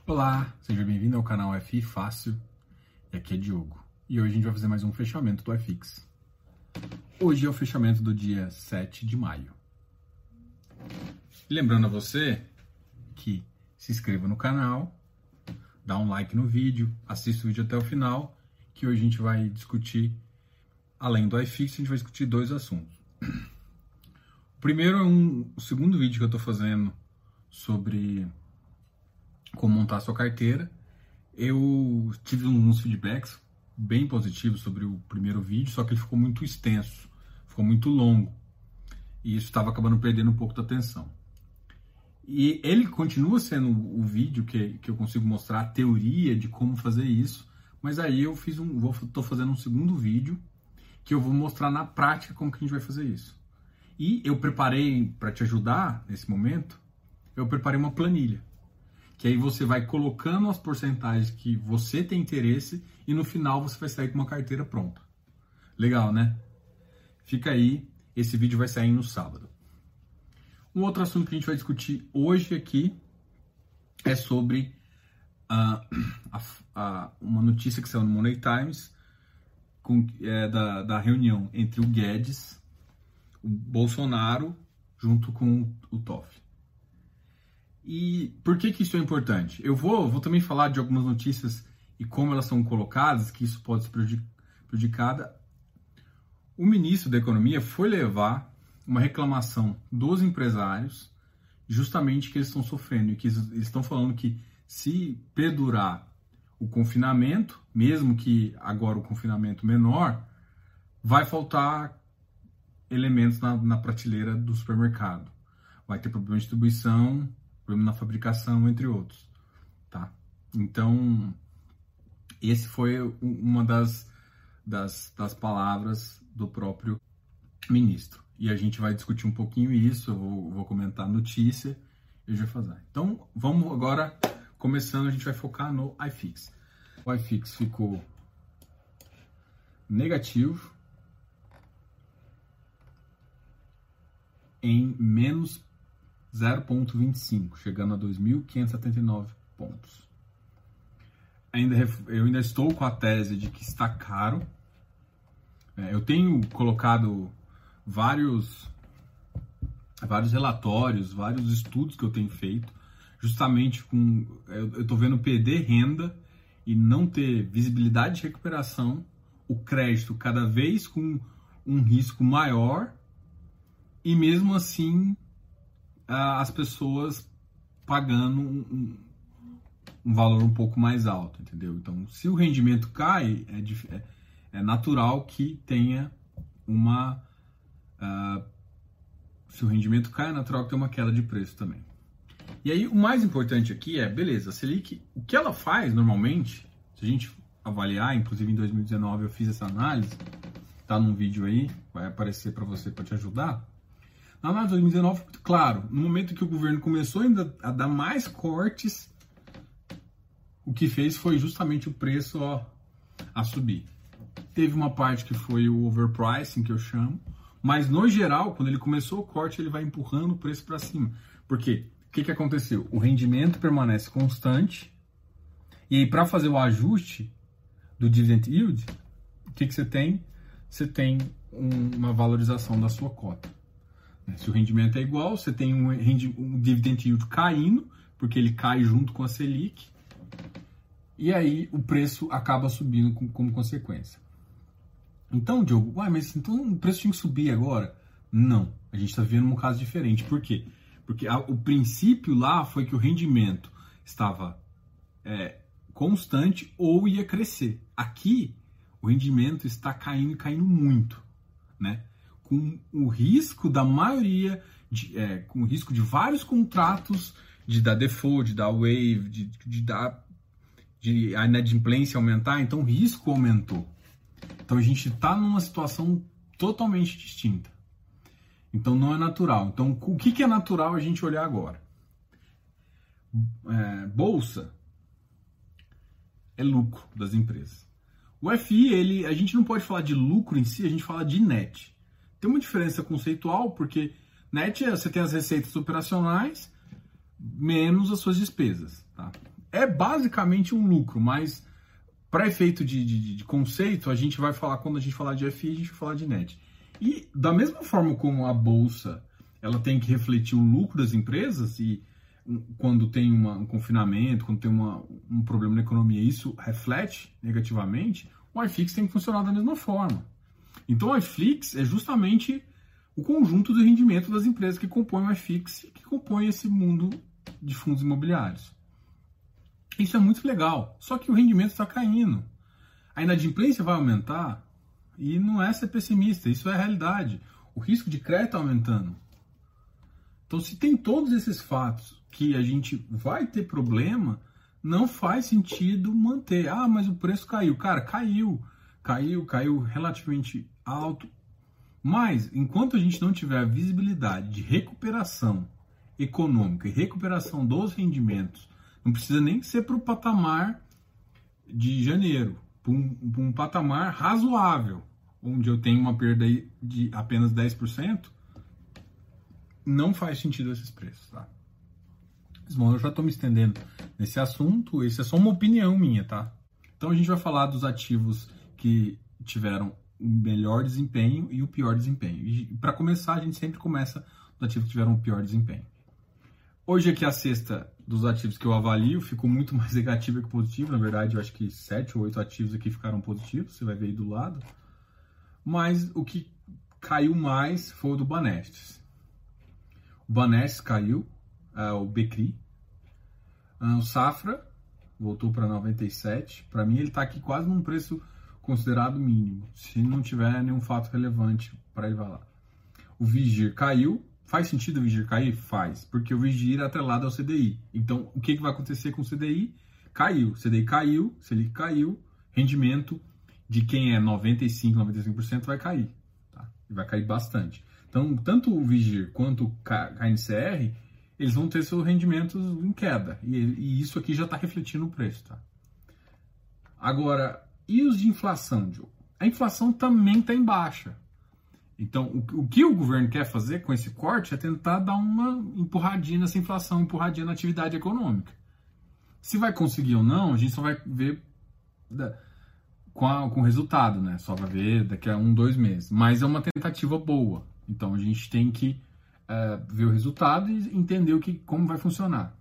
Olá, seja bem-vindo ao canal FI Fácil, e aqui é Diogo. E hoje a gente vai fazer mais um fechamento do iFix. Hoje é o fechamento do dia 7 de maio. Lembrando a você que se inscreva no canal, dá um like no vídeo, assista o vídeo até o final, que hoje a gente vai discutir, além do iFix, a gente vai discutir dois assuntos. O primeiro é o segundo vídeo que eu estou fazendo sobre como montar a sua carteira. Eu tive uns feedbacks bem positivos sobre o primeiro vídeo, só que ele ficou muito extenso, ficou muito longo, e isso estava acabando perdendo um pouco da atenção. E ele continua sendo o vídeo que eu consigo mostrar a teoria de como fazer isso, mas aí eu estou fazendo um segundo vídeo que eu vou mostrar na prática como que a gente vai fazer isso. E eu preparei, para te ajudar nesse momento, eu preparei uma planilha, que aí você vai colocando as porcentagens que você tem interesse e no final você vai sair com uma carteira pronta. Legal, né? Fica aí, esse vídeo vai sair no sábado. Um outro assunto que a gente vai discutir hoje aqui é sobre uma notícia que saiu no Money Times da reunião entre o Guedes, o Bolsonaro, junto com o Toffoli. E por que isso é importante? Eu vou também falar de algumas notícias e como elas são colocadas, que isso pode ser prejudicada. O ministro da Economia foi levar uma reclamação dos empresários, justamente que eles estão sofrendo, e que eles estão falando que se perdurar o confinamento, mesmo que agora o confinamento menor, vai faltar elementos na prateleira do supermercado. Vai ter problema de distribuição, problema na fabricação, entre outros, tá? Então, esse foi uma das palavras do próprio ministro. E a gente vai discutir um pouquinho isso, eu vou comentar a notícia e já fazer. Então, vamos agora, começando, a gente vai focar no iFix. O iFix ficou negativo em menos 0,25, chegando a 2.579 pontos. Eu ainda estou com a tese de que está caro. Eu tenho colocado vários relatórios, vários estudos que eu tenho feito, justamente eu estou vendo PD renda e não ter visibilidade de recuperação, o crédito cada vez com um risco maior, e mesmo assim as pessoas pagando um valor um pouco mais alto, entendeu? Então, se o rendimento cai, é natural que tenha se o rendimento cai, é natural que tenha uma queda de preço também. E aí, o mais importante aqui beleza, a Selic, o que ela faz normalmente, se a gente avaliar, inclusive em 2019 eu fiz essa análise, tá num vídeo aí, vai aparecer para você, para te ajudar. Na análise de 2019, claro, no momento que o governo começou ainda a dar mais cortes, o que fez foi justamente o preço a subir. Teve uma parte que foi o overpricing, que eu chamo, mas no geral, quando ele começou o corte, ele vai empurrando o preço para cima. Por quê? O que aconteceu? O rendimento permanece constante, e aí para fazer o ajuste do dividend yield, o que você tem? Você tem uma valorização da sua cota. Se o rendimento é igual, você tem um dividend yield caindo, porque ele cai junto com a Selic, e aí o preço acaba subindo como consequência. Então, Diogo, mas então o preço tinha que subir agora? Não, a gente está vendo um caso diferente. Por quê? Porque o princípio lá foi que o rendimento estava constante ou ia crescer. Aqui, o rendimento está caindo e caindo muito, né? Com o risco da maioria, com o risco de vários contratos, de dar default, de dar wave, de a inadimplência aumentar, então o risco aumentou. Então a gente está numa situação totalmente distinta. Então não é natural. Então o que é natural a gente olhar agora? Bolsa é lucro das empresas. O FI, a gente não pode falar de lucro em si, a gente fala de net. Tem uma diferença conceitual, porque net você tem as receitas operacionais menos as suas despesas, tá? é basicamente um lucro, mas para efeito de conceito, a gente vai falar, quando a gente falar de FI, a gente vai falar de net. E da mesma forma como a bolsa, ela tem que refletir o lucro das empresas, e quando tem um confinamento, quando tem um problema na economia, isso reflete negativamente, o iFix tem que funcionar da mesma forma. Então o iFix é justamente o conjunto do rendimento das empresas que compõem o iFix, que compõem esse mundo de fundos imobiliários. Isso é muito legal, só que o rendimento está caindo. A inadimplência vai aumentar, e não é ser pessimista, isso é a realidade. O risco de crédito está aumentando. Então, se tem todos esses fatos que a gente vai ter problema, não faz sentido manter. Ah, mas o preço caiu. Cara, caiu relativamente alto. Mas, enquanto a gente não tiver a visibilidade de recuperação econômica e recuperação dos rendimentos, não precisa nem ser para o patamar de janeiro, para um patamar razoável, onde eu tenho uma perda de apenas 10%, não faz sentido esses preços, tá? Bom, eu já estou me estendendo nesse assunto, esse é só uma opinião minha, tá? Então a gente vai falar dos ativos que tiveram o melhor desempenho e o pior desempenho. E para começar, a gente sempre começa dos ativos que tiveram o pior desempenho. Hoje aqui a cesta dos ativos que eu avalio ficou muito mais negativa que positiva. Na verdade, eu acho que 7 ou 8 ativos aqui ficaram positivos, você vai ver aí do lado. Mas o que caiu mais foi o do Banestes. O Banestes caiu, o Becri. O Safra voltou para 97. Para mim, ele está aqui quase num preço considerado mínimo, se não tiver nenhum fato relevante para ele vai lá. O Vigir caiu. Faz sentido o Vigir cair? Faz, porque o Vigir é atrelado ao CDI. Então, o que vai acontecer com o CDI? Caiu. CDI caiu, Selic caiu, rendimento de quem é 95% vai cair. Tá? E vai cair bastante. Então, tanto o Vigir quanto o KNCR, eles vão ter seus rendimentos em queda. E isso aqui já está refletindo no preço. Tá? Agora, e os de inflação, Diogo? A inflação também está em baixa. Então, o que o governo quer fazer com esse corte é tentar dar uma empurradinha nessa inflação, empurradinha na atividade econômica. Se vai conseguir ou não, a gente só vai ver com o resultado, né? Só vai ver daqui a 1, 2 meses. Mas é uma tentativa boa. Então, a gente tem que ver o resultado e entender como vai funcionar.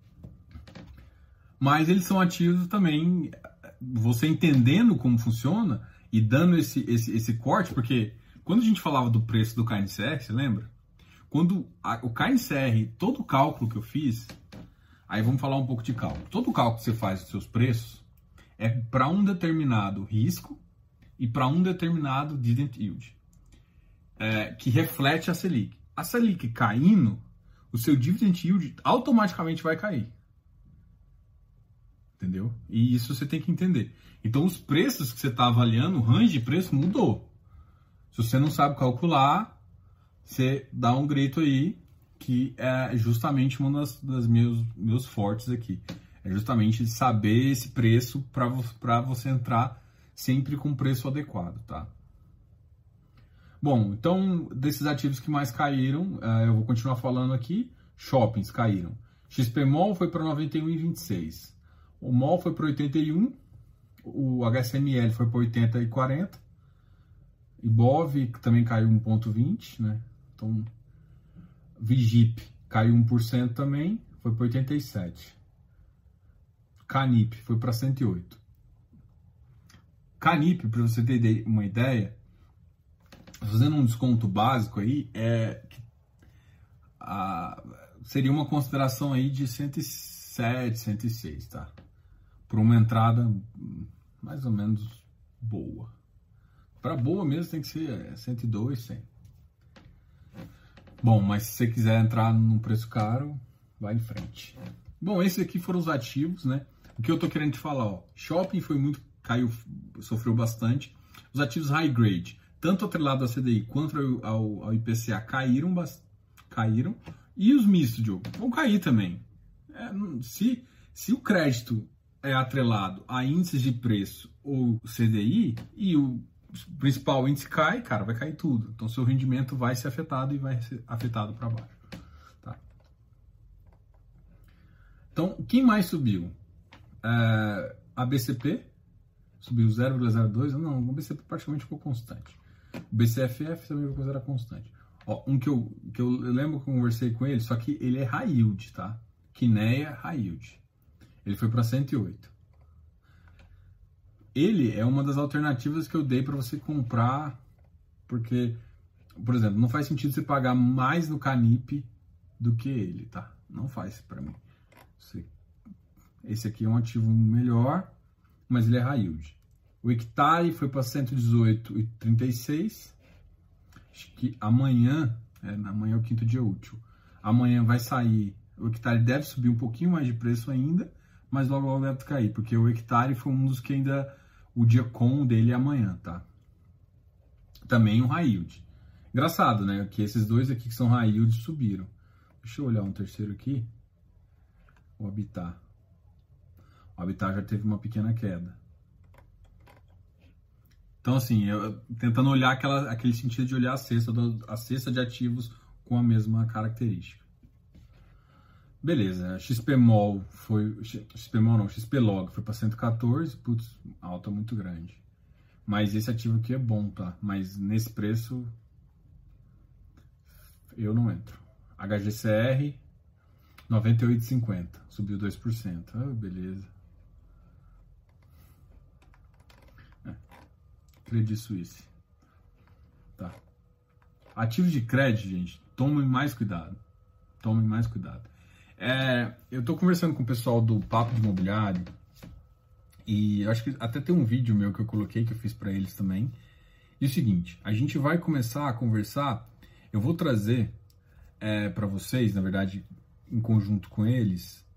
Mas eles são ativos também, você entendendo como funciona e dando esse corte, porque quando a gente falava do preço do KNCR, você lembra? Quando o KNCR, todo o cálculo que eu fiz, aí vamos falar um pouco de cálculo. Todo o cálculo que você faz dos seus preços é para um determinado risco e para um determinado dividend yield, que reflete a Selic. A Selic caindo, o seu dividend yield automaticamente vai cair. Entendeu? E isso você tem que entender. Então, os preços que você está avaliando, o range de preço mudou. Se você não sabe calcular, você dá um grito aí, que é justamente uma das meus fortes aqui. É justamente saber esse preço para você entrar sempre com o preço adequado, tá? Bom, então, desses ativos que mais caíram, eu vou continuar falando aqui. Shoppings caíram. XPMOL foi para 91,26. O MOL foi para 81. O HSML foi para 80,40. IBOV também caiu 1,20, né? Então, Vigip caiu 1% também, foi para 87. Canip foi para 108. Canip, para você ter uma ideia, fazendo um desconto básico aí, seria uma consideração aí de 107, 106, tá? Por uma entrada mais ou menos boa. Para boa mesmo tem que ser 102, 100. Bom, mas se você quiser entrar num preço caro, vai em frente. Bom, esses aqui foram os ativos, né? O que eu tô querendo te falar, ó. Shopping caiu, sofreu bastante. Os ativos high grade, tanto atrelado ao CDI quanto ao IPCA, caíram. E os mistos, Diogo, vão cair também. Se o crédito é atrelado a índices de preço ou CDI e o principal índice cai, cara, vai cair tudo. Então, seu rendimento vai ser afetado e vai ser afetado para baixo. Tá? Então, quem mais subiu? A BCP subiu 0,02, não, o BCP praticamente ficou constante. O BCFF também vou considerar constante. Ó, um que eu lembro que eu conversei com ele, só que ele é high yield, tá? Kinea high yield. Ele foi para 108. Ele é uma das alternativas que eu dei para você comprar, porque, por exemplo, não faz sentido você pagar mais no Canip do que ele, tá? Não faz para mim. Esse aqui é um ativo melhor, mas ele é high yield. O hectare foi para 118,36. Acho que amanhã é o quinto dia útil. Amanhã vai sair, o hectare deve subir um pouquinho mais de preço ainda, mas logo logo deve cair, porque o hectare foi um dos que ainda, o dia com dele é amanhã, tá? Também um high yield. Engraçado, né? Que esses dois aqui que são high yield subiram. Deixa eu olhar um terceiro aqui. O Habitat. O Habitat já teve uma pequena queda. Então, assim, eu tentando olhar aquele sentido de olhar a cesta de ativos com a mesma característica. Beleza, XPMOL foi... XPMOL não, XPlog foi para 114, putz, alta muito grande. Mas esse ativo aqui é bom, tá? Mas nesse preço, eu não entro. HGCR, 98,50, subiu 2%. Ah, beleza. Credit Suisse. Tá. Ativo de crédito, gente, tomem mais cuidado. Tomem mais cuidado. Eu tô conversando com o pessoal do Papo de Imobiliário e eu acho que até tem um vídeo meu que eu coloquei, que eu fiz para eles também. E o seguinte, a gente vai começar a conversar, eu vou trazer para vocês, na verdade, em conjunto com eles,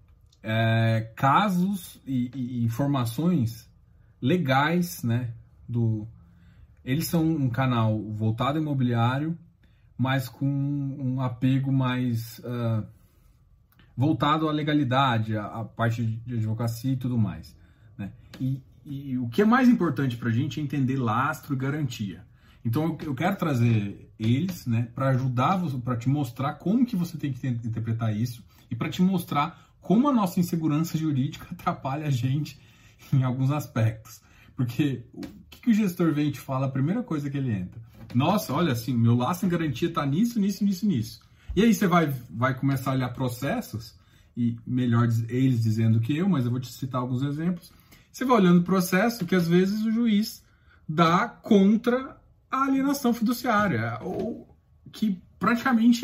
casos e informações legais, né? Eles são um canal voltado ao imobiliário, mas com um apego mais voltado à legalidade, à parte de advocacia e tudo mais, né? E o que é mais importante para a gente é entender lastro e garantia. Então eu quero trazer eles, né, para ajudar você, para te mostrar como que você tem que interpretar isso e para te mostrar como a nossa insegurança jurídica atrapalha a gente em alguns aspectos. Porque o que o gestor vem e te fala, a primeira coisa que ele entra? Nossa, olha assim, meu lastro em garantia tá nisso. E aí você vai começar a olhar processos, e melhor eles dizendo que eu, mas eu vou te citar alguns exemplos. Você vai olhando o processo que às vezes o juiz dá contra a alienação fiduciária, ou que praticamente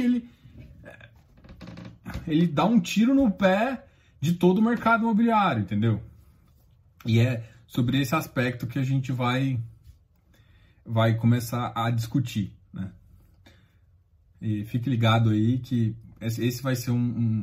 ele dá um tiro no pé de todo o mercado imobiliário, entendeu? E é sobre esse aspecto que a gente vai começar a discutir, né? E fique ligado aí que esse vai ser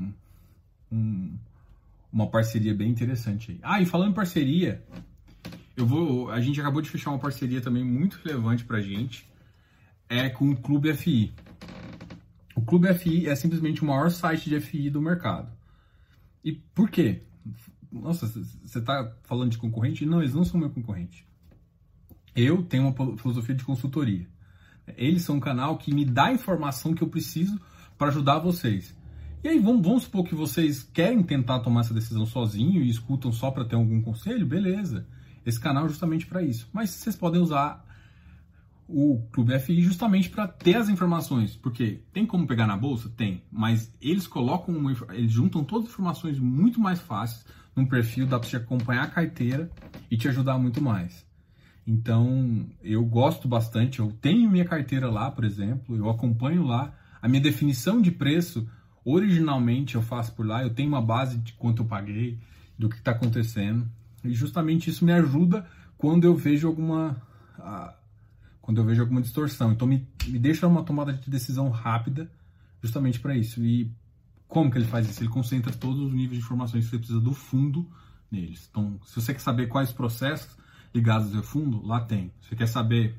uma parceria bem interessante aí. E falando em parceria, a gente acabou de fechar uma parceria também muito relevante pra gente, com o Clube FI. O Clube FI é simplesmente o maior site de FI do mercado. E por quê? Nossa, você está falando de concorrente? Não, eles não são meu concorrente. Eu tenho uma filosofia de consultoria. Eles são um canal que me dá a informação que eu preciso para ajudar vocês. E aí, vamos supor que vocês querem tentar tomar essa decisão sozinho e escutam só para ter algum conselho? Beleza. Esse canal é justamente para isso. Mas vocês podem usar o Clube FI justamente para ter as informações. Porque tem como pegar na bolsa? Tem. Mas eles juntam todas as informações muito mais fáceis num perfil, dá para te acompanhar a carteira e te ajudar muito mais. Então, eu gosto bastante, eu tenho minha carteira lá, por exemplo, eu acompanho lá, a minha definição de preço, originalmente eu faço por lá, eu tenho uma base de quanto eu paguei, do que está acontecendo, e justamente isso me ajuda quando eu vejo alguma distorção. Então, me deixa uma tomada de decisão rápida, justamente para isso. E como que ele faz isso? Ele concentra todos os níveis de informações que você precisa do fundo neles. Então, se você quer saber quais processos ligados ao fundo, lá tem. Se você quer saber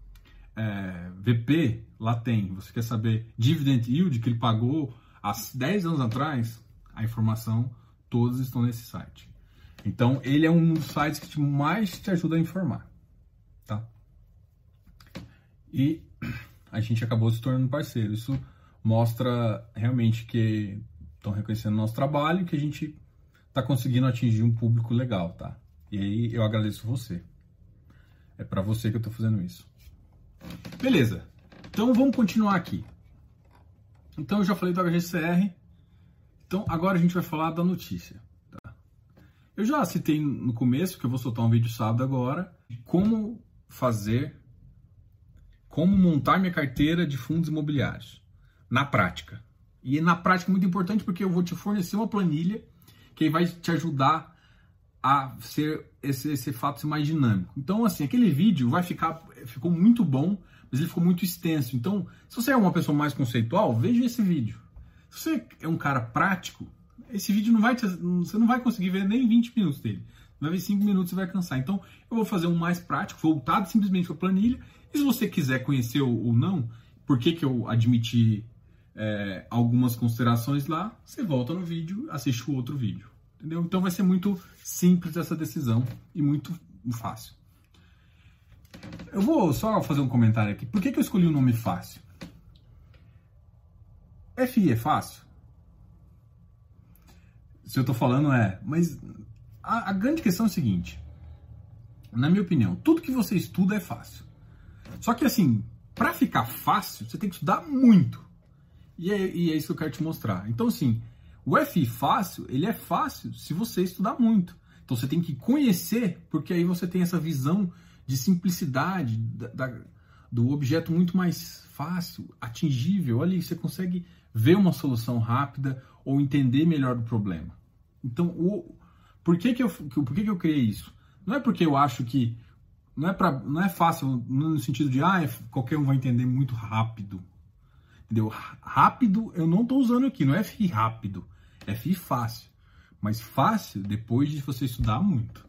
VP, lá tem. Você quer saber dividend yield, que ele pagou há 10 anos atrás, a informação, todas estão nesse site. Então, ele é um dos sites que mais te ajuda a informar. Tá? E a gente acabou se tornando parceiro. Isso mostra realmente que estão reconhecendo o nosso trabalho, que a gente tá conseguindo atingir um público legal, tá? E aí eu agradeço você. É para você que eu tô fazendo isso. Beleza. Então vamos continuar aqui. Então eu já falei do HGCR. Então agora a gente vai falar da notícia. Tá? Eu já citei no começo que eu vou soltar um vídeo sábado agora de como montar minha carteira de fundos imobiliários na prática. E na prática é muito importante porque eu vou te fornecer uma planilha que vai te ajudar a ser esse fato mais dinâmico. Então, assim, aquele vídeo ficou muito bom, mas ele ficou muito extenso. Então, se você é uma pessoa mais conceitual, veja esse vídeo. Se você é um cara prático, esse vídeo você não vai conseguir ver nem 20 minutos dele. Vai ver 5 minutos e vai cansar. Então, eu vou fazer um mais prático, voltado simplesmente para a planilha. E se você quiser conhecer ou não, por que eu admiti algumas considerações lá, você volta no vídeo, assiste o outro vídeo. Entendeu? Então vai ser muito simples essa decisão e muito fácil. Eu vou só fazer um comentário aqui. Por que eu escolhi o nome fácil? FI é fácil? Se eu tô falando mas a grande questão é a seguinte. Na minha opinião, tudo que você estuda é fácil. Só que assim, para ficar fácil, você tem que estudar muito. E é isso que eu quero te mostrar. Então assim, o FI fácil, ele é fácil se você estudar muito. Então você tem que conhecer, porque aí você tem essa visão de simplicidade do objeto muito mais fácil, atingível. Ali você consegue ver uma solução rápida ou entender melhor o problema. Então, por que eu criei isso? Não é porque eu acho que não é fácil no sentido de qualquer um vai entender muito rápido. Entendeu? Rápido eu não estou usando aqui, não é FI rápido, é FI fácil. Mas fácil depois de você estudar muito.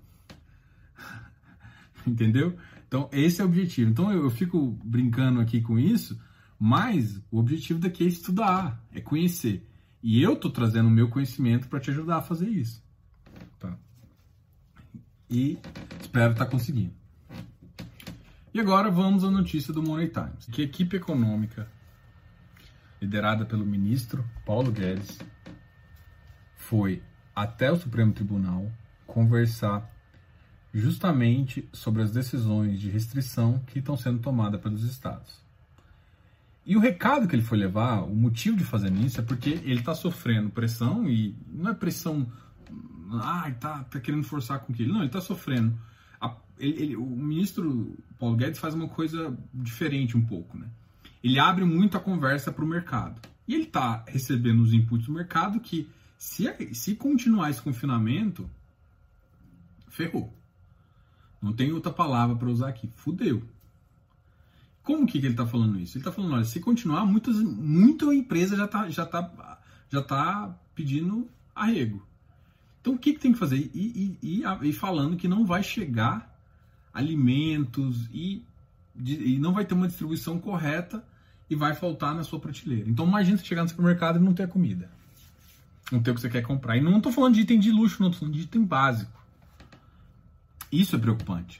Entendeu? Então esse é o objetivo. Então eu fico brincando aqui com isso, mas o objetivo daqui é estudar, é conhecer. E eu estou trazendo o meu conhecimento para te ajudar a fazer isso. Tá? E espero estar conseguindo. E agora vamos à notícia do Money Times. Que a equipe econômica liderada pelo ministro Paulo Guedes, foi até o Supremo Tribunal conversar justamente sobre as decisões de restrição que estão sendo tomadas pelos estados. E o recado que ele foi levar, o motivo de fazer isso é porque ele está sofrendo pressão, e não é pressão, tá querendo forçar com que ele. Não, ele está sofrendo. O ministro Paulo Guedes faz uma coisa diferente um pouco, né? Ele abre muito a conversa para o mercado. E ele está recebendo os inputs do mercado que, se continuar esse confinamento, ferrou. Não tem outra palavra para usar aqui. Fudeu. Como que ele está falando isso? Ele está falando, olha, se continuar, muita empresa já tá pedindo arrego. Então, o que tem que fazer? E falando que não vai chegar alimentos e não vai ter uma distribuição correta e vai faltar na sua prateleira. Então imagina você chegar no supermercado e não ter comida. Não ter o que você quer comprar. E não estou falando de item de luxo, não, estou falando de item básico. Isso é preocupante.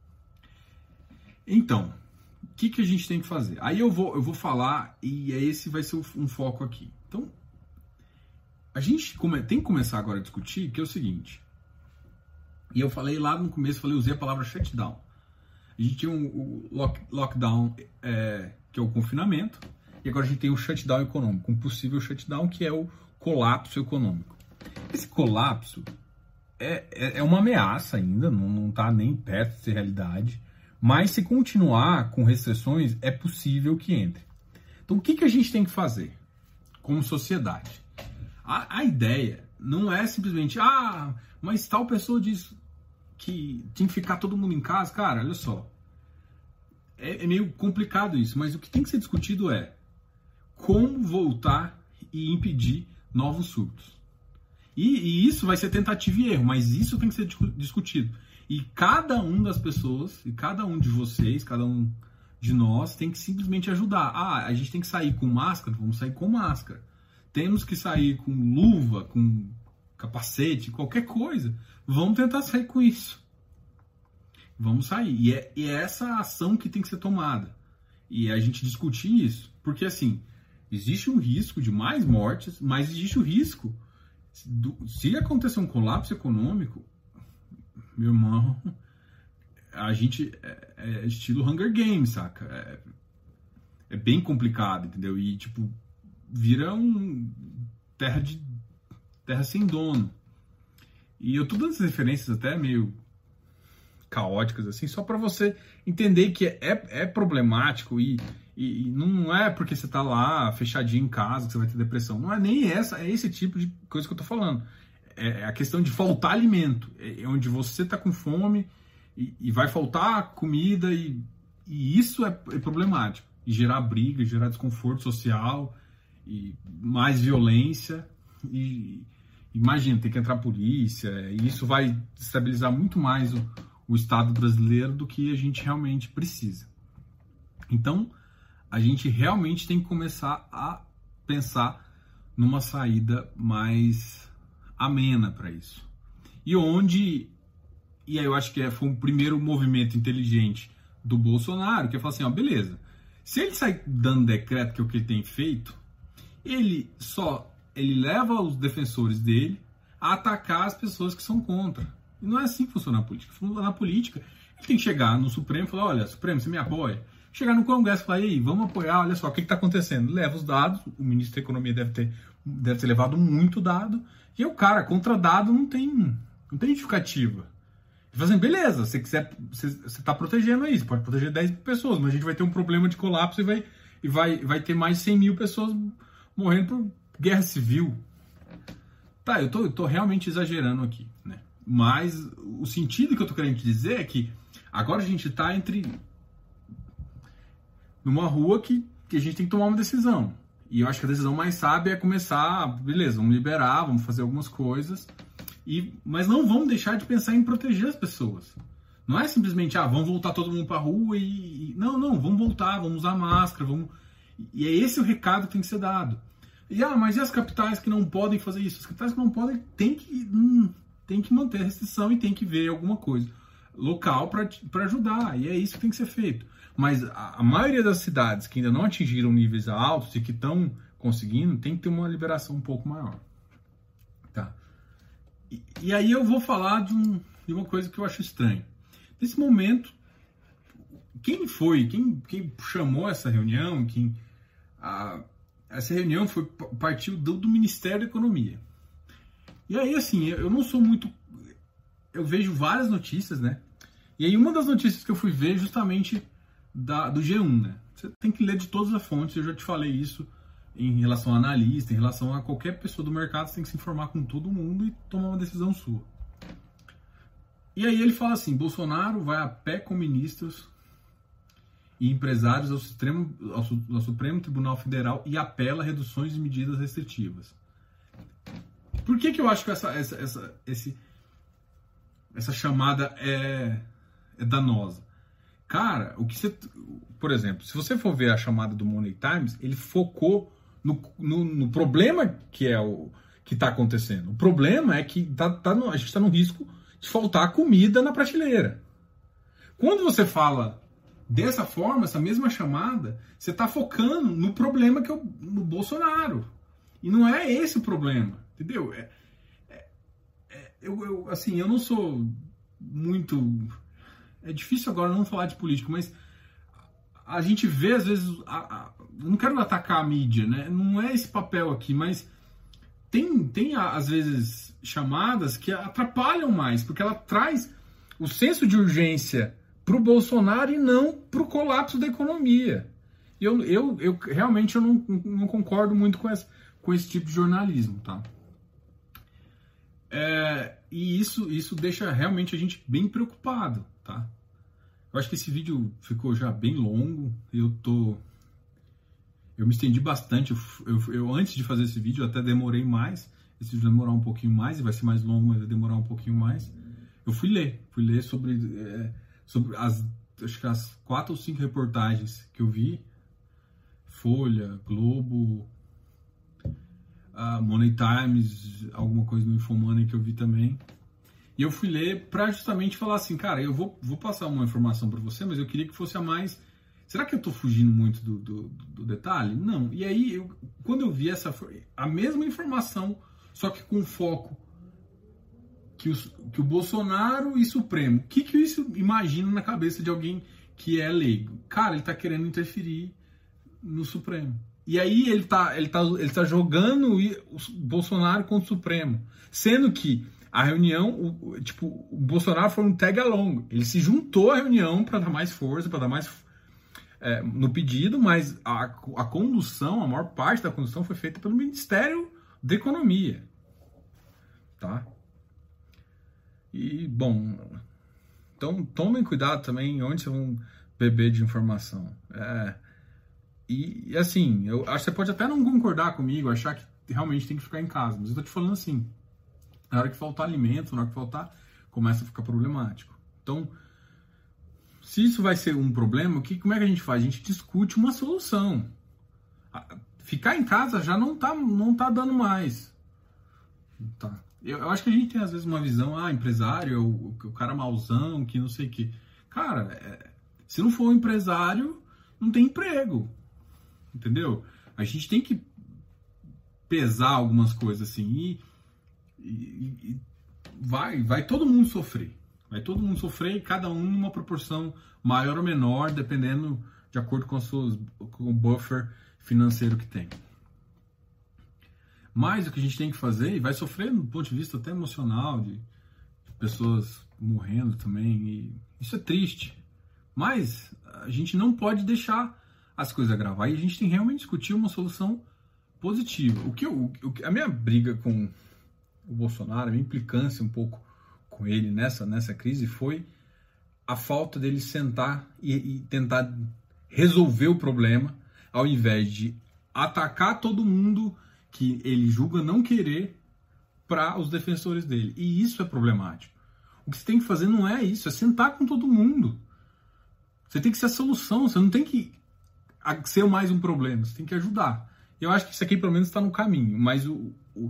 Então, o que a gente tem que fazer? Aí eu vou falar, e esse vai ser um foco aqui. Então, a gente tem que começar agora a discutir, que é o seguinte. E eu falei lá no começo, usei a palavra shutdown. A gente tinha o lockdown, que é o confinamento, e agora a gente tem o shutdown econômico, um possível shutdown, que é o colapso econômico. Esse colapso é uma ameaça ainda, não está nem perto de ser realidade, mas se continuar com restrições, é possível que entre. Então, o que a gente tem que fazer como sociedade? A ideia não é simplesmente, mas tal pessoa diz que tem que ficar todo mundo em casa. Cara, olha só. É meio complicado isso, mas o que tem que ser discutido é como voltar e impedir novos surtos. E isso vai ser tentativa e erro, mas isso tem que ser discutido. E cada um das pessoas, e cada um de vocês, cada um de nós tem que simplesmente ajudar. A gente tem que sair com máscara, vamos sair com máscara. Temos que sair com luva, com capacete, qualquer coisa. Vamos tentar sair com isso. Vamos sair. E é essa ação que tem que ser tomada. E a gente discutir isso. Porque, assim, existe um risco de mais mortes, mas existe o risco Se acontecer um colapso econômico, meu irmão, a gente é estilo Hunger Games, saca? É bem complicado, entendeu? E, tipo, vira terra sem dono. E eu tô dando essas referências até meio caóticas, assim, só para você entender que é problemático e não é porque você tá lá fechadinho em casa que você vai ter depressão. Não é nem é esse tipo de coisa que eu tô falando. É a questão de faltar alimento. É onde você tá com fome e vai faltar comida e isso é problemático. E gerar briga, gerar desconforto social e mais violência. E imagina, tem que entrar a polícia. E isso vai destabilizar muito mais o Estado brasileiro do que a gente realmente precisa. Então, a gente realmente tem que começar a pensar numa saída mais amena para isso. E aí eu acho que foi um primeiro movimento inteligente do Bolsonaro, que é falar assim, ó, beleza, se ele sair dando decreto, que é o que ele tem feito, ele leva os defensores dele a atacar as pessoas que são contra. E não é assim que funciona a política. Na política, ele tem que chegar no Supremo e falar, olha, Supremo, você me apoia? Chegar no Congresso e falar, ei, vamos apoiar, olha só, o que está acontecendo? Leva os dados, o ministro da Economia deve ter levado muito dado, e o cara, contra dado, não tem justificativa. Ele fala assim, beleza, se quiser, você está protegendo aí, você pode proteger 10 pessoas, mas a gente vai ter um problema de colapso e vai ter mais de 100 mil pessoas morrendo por guerra civil. Tá, eu tô realmente exagerando aqui, né? Mas o sentido que eu tô querendo te dizer é que agora a gente tá numa rua que a gente tem que tomar uma decisão. E eu acho que a decisão mais sábia é começar, beleza, vamos liberar, vamos fazer algumas coisas, mas não vamos deixar de pensar em proteger as pessoas. Não é simplesmente, vamos voltar todo mundo pra rua Não, vamos voltar, vamos usar máscara, E é esse o recado que tem que ser dado. Mas e as capitais que não podem fazer isso? As capitais que não podem tem que manter a restrição e tem que ver alguma coisa local para ajudar. E é isso que tem que ser feito. Mas a maioria das cidades que ainda não atingiram níveis altos e que estão conseguindo, tem que ter uma liberação um pouco maior. Tá? E aí eu vou falar de uma coisa que eu acho estranha. Nesse momento, quem chamou essa reunião, essa reunião partiu do Ministério da Economia. E aí, assim, eu não sou muito... Eu vejo várias notícias, né? E aí uma das notícias que eu fui ver justamente do G1, né? Você tem que ler de todas as fontes, eu já te falei isso em relação a analista, em relação a qualquer pessoa do mercado, você tem que se informar com todo mundo e tomar uma decisão sua. E aí ele fala assim, Bolsonaro vai a pé com ministros e empresários ao Supremo Tribunal Federal e apela a reduções de medidas restritivas. Por que eu acho que essa chamada é danosa? Cara, por exemplo, se você for ver a chamada do Money Times, ele focou no problema que está acontecendo. O problema é que a gente está no risco de faltar comida na prateleira. Quando você fala dessa forma, essa mesma chamada, você está focando no problema que é no Bolsonaro. E não é esse o problema, entendeu? Eu não sou muito... É difícil agora não falar de político, mas a gente vê, às vezes... Eu não quero atacar a mídia, né? Não é esse papel aqui, mas tem às vezes, chamadas que atrapalham mais, porque ela traz o senso de urgência para o Bolsonaro e não para o colapso da economia. Eu realmente não concordo muito com esse tipo de jornalismo, tá? E isso deixa realmente a gente bem preocupado, tá? Eu acho que esse vídeo ficou já bem longo, eu me estendi bastante, eu antes de fazer esse vídeo eu até demorei mais, esse vídeo vai demorar um pouquinho mais, e vai ser mais longo, mas vai demorar um pouquinho mais. Eu fui ler sobre acho que as 4 ou 5 reportagens que eu vi, Folha, Globo, Money Times, alguma coisa no Infomoney que eu vi também. E eu fui ler para justamente falar assim, cara, eu vou passar uma informação para você, mas eu queria que fosse a mais... Será que eu estou fugindo muito do detalhe? Não. E aí, quando eu vi a mesma informação só que com foco que o Bolsonaro e Supremo. O que isso imagina na cabeça de alguém que é leigo? Cara, ele tá querendo interferir no Supremo. E aí ele tá jogando o Bolsonaro contra o Supremo. Sendo que a reunião, o Bolsonaro foi um tag-along. Ele se juntou à reunião para dar mais força, para dar mais no pedido, mas a condução, a maior parte da condução foi feita pelo Ministério da Economia. Tá? E, bom, então tomem cuidado também onde vocês vão beber de informação. E assim, eu acho que você pode até não concordar comigo, achar que realmente tem que ficar em casa, mas eu tô te falando assim, na hora que faltar alimento, na hora que faltar, começa a ficar problemático. Então, se isso vai ser um problema, como é que a gente faz? A gente discute uma solução. Ficar em casa já não tá dando mais. Tá. Eu acho que a gente tem às vezes uma visão, empresário, o cara mauzão, que não sei o que. Cara, se não for um empresário, não tem emprego. Entendeu? A gente tem que pesar algumas coisas assim e vai todo mundo sofrer. Vai todo mundo sofrer e cada um numa proporção maior ou menor, dependendo de acordo com o buffer financeiro que tem. Mas o que a gente tem que fazer, e vai sofrer do ponto de vista até emocional, de pessoas morrendo também, e isso é triste. Mas a gente não pode deixar as coisas agravar, e a gente tem que realmente discutir uma solução positiva. A minha briga com o Bolsonaro, a minha implicância um pouco com ele nessa crise foi a falta dele sentar e tentar resolver o problema, ao invés de atacar todo mundo que ele julga não querer para os defensores dele. E isso é problemático. O que você tem que fazer não é isso, é sentar com todo mundo. Você tem que ser a solução, você não tem que ser mais um problema, você tem que ajudar. Eu acho que isso aqui pelo menos está no caminho, mas o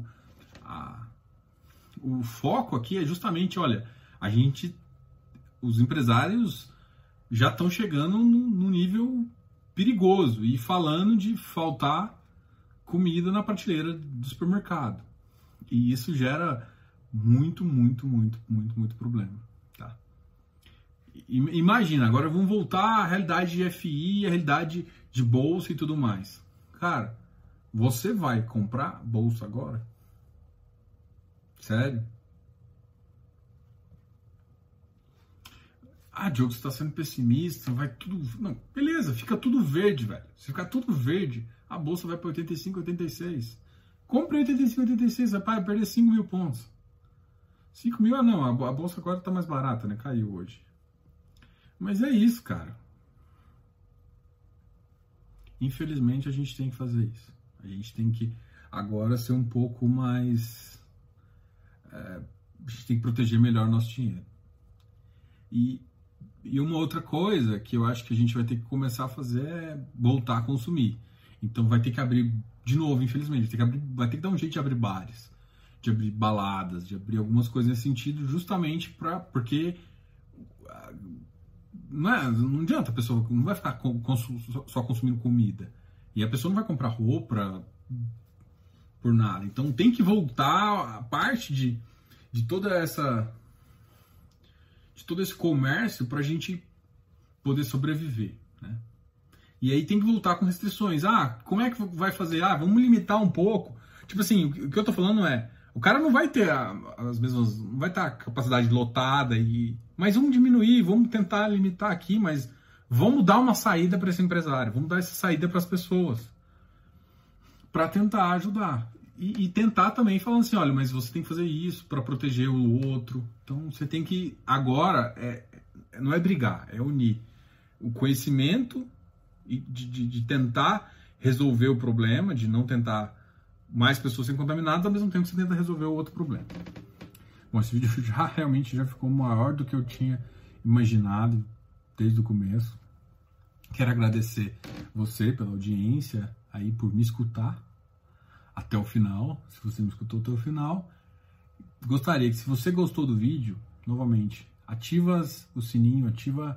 foco aqui é justamente, olha, os empresários já estão chegando no nível perigoso e falando de faltar comida na prateleira do supermercado. E isso gera muito problema. Tá? Imagina, agora vamos voltar à realidade de FI, à realidade de bolsa e tudo mais. Cara, você vai comprar bolsa agora? Sério? Diogo, você está sendo pessimista, vai tudo... Não, beleza, fica tudo verde, velho. Se ficar tudo verde, a bolsa vai para 85, 86. Compre 85, 86, vai perder 5 mil pontos. 5 mil, não, a bolsa agora está mais barata, né? Caiu hoje. Mas é isso, cara. Infelizmente, a gente tem que fazer isso. A gente tem que agora ser um pouco mais... a gente tem que proteger melhor o nosso dinheiro. E uma outra coisa que eu acho que a gente vai ter que começar a fazer é voltar a consumir. Então vai ter que abrir de novo, infelizmente. Vai ter que dar um jeito de abrir bares, de abrir baladas, de abrir algumas coisas nesse sentido, justamente porque não adianta a pessoa, não vai ficar só consumindo comida. E a pessoa não vai comprar roupa por nada. Então tem que voltar a parte de todo esse comércio para a gente poder sobreviver, né? E aí tem que voltar com restrições. Como é que vai fazer? Vamos limitar um pouco. Tipo assim, o que eu tô falando é, o cara não vai ter as mesmas, não vai ter a capacidade lotada, mas vamos diminuir, vamos tentar limitar aqui, mas vamos dar uma saída para esse empresário, vamos dar essa saída para as pessoas, para tentar ajudar. E tentar também falando assim, olha, mas você tem que fazer isso para proteger o outro. Então você tem que, agora, não é brigar, é unir o conhecimento e de tentar resolver o problema, de não tentar mais pessoas serem contaminadas, ao mesmo tempo que você tenta resolver o outro problema. Bom, esse vídeo realmente já ficou maior do que eu tinha imaginado desde o começo. Quero agradecer você pela audiência, aí por me escutar até o final, se você me escutou até o final. Gostaria que, se você gostou do vídeo, novamente, ativa o sininho, ativa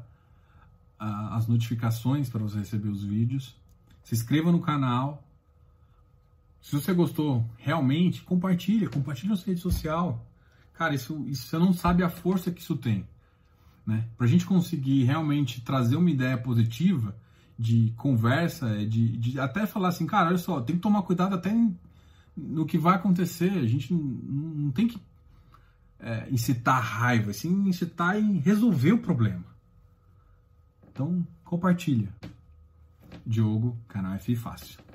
as notificações para você receber os vídeos, se inscreva no canal, Se você gostou realmente, compartilha nas redes sociais. Cara, isso você não sabe a força que isso tem, né? Pra gente conseguir realmente trazer uma ideia positiva de conversa, de até falar assim, cara, olha só, tem que tomar cuidado até no que vai acontecer. A gente não tem que incitar raiva, sim incitar em resolver o problema. Então, compartilha. Diogo, canal FI Fácil.